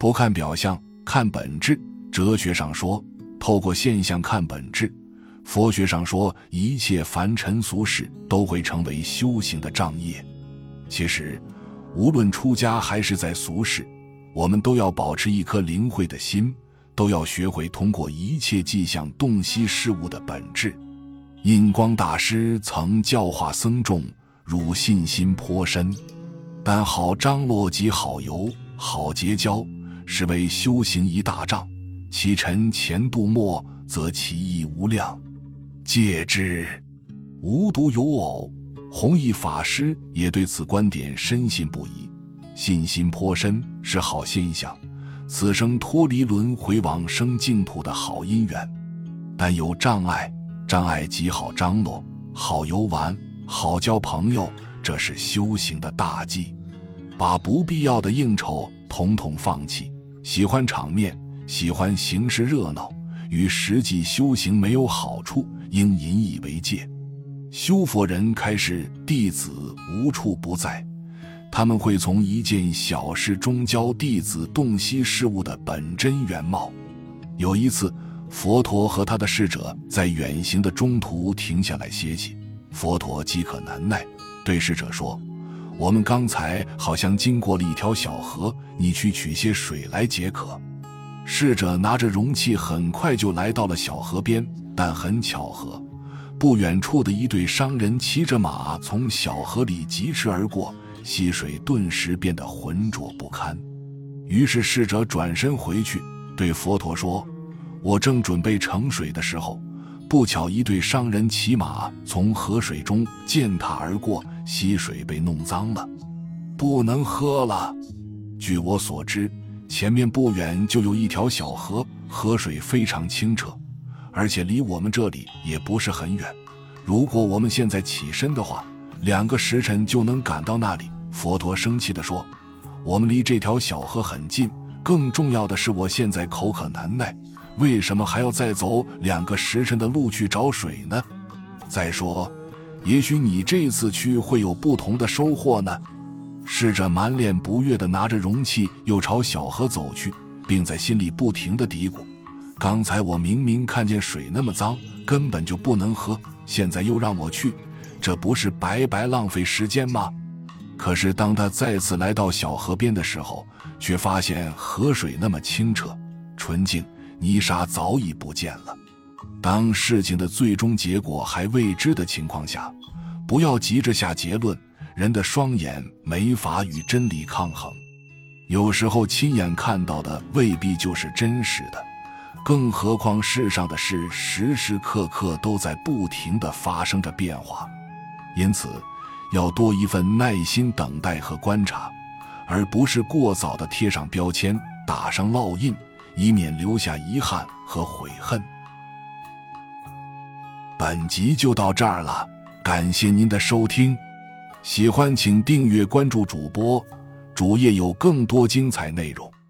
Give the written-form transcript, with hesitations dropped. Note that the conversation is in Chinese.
不看表象，看本质。哲学上说，透过现象看本质；佛学上说，一切凡尘俗事都会成为修行的障业。其实，无论出家还是在俗世，我们都要保持一颗灵慧的心，都要学会通过一切迹象洞悉事物的本质。印光大师曾教化僧众，汝信心颇深，但好张罗及好游、好结交，是为修行一大障，其尘前度末，则其意无量。戒之。无独有偶，弘一法师也对此观点深信不疑。信心颇深是好现象，此生脱离轮回往生净土的好因缘。但有障碍，障碍即好张罗、好游玩、好交朋友，这是修行的大忌。把不必要的应酬统统放弃，喜欢场面，喜欢形式热闹，与实际修行没有好处，应引以为戒。修佛人开示弟子无处不在，他们会从一件小事中教弟子洞悉事物的本真原貌。有一次，佛陀和他的侍者在远行的中途停下来歇息，佛陀饥渴难耐，对侍者说：我们刚才好像经过了一条小河，你去取些水来解渴。侍者拿着容器很快就来到了小河边，但很巧合，不远处的一对商人骑着马从小河里疾驰而过，溪水顿时变得浑浊不堪。于是侍者转身回去，对佛陀说：我正准备盛水的时候，不巧一对商人骑马从河水中践踏而过，溪水被弄脏了，不能喝了。据我所知，前面不远就有一条小河，河水非常清澈，而且离我们这里也不是很远。如果我们现在起身的话，2个时辰就能赶到那里。佛陀生气地说：我们离这条小河很近，更重要的是我现在口渴难耐，为什么还要再走2个时辰的路去找水呢？再说，也许你这次去会有不同的收获呢。侍者满脸不悦地拿着容器又朝小河走去，并在心里不停地嘀咕：刚才我明明看见水那么脏，根本就不能喝，现在又让我去，这不是白白浪费时间吗？可是当他再次来到小河边的时候，却发现河水那么清澈纯净，泥沙早已不见了。当事情的最终结果还未知的情况下，不要急着下结论，人的双眼没法与真理抗衡。有时候亲眼看到的未必就是真实的，更何况世上的事时时刻刻都在不停地发生着变化。因此要多一份耐心等待和观察，而不是过早地贴上标签，打上烙印，以免留下遗憾和悔恨。本集就到这儿了，感谢您的收听，喜欢请订阅关注主播，主页有更多精彩内容。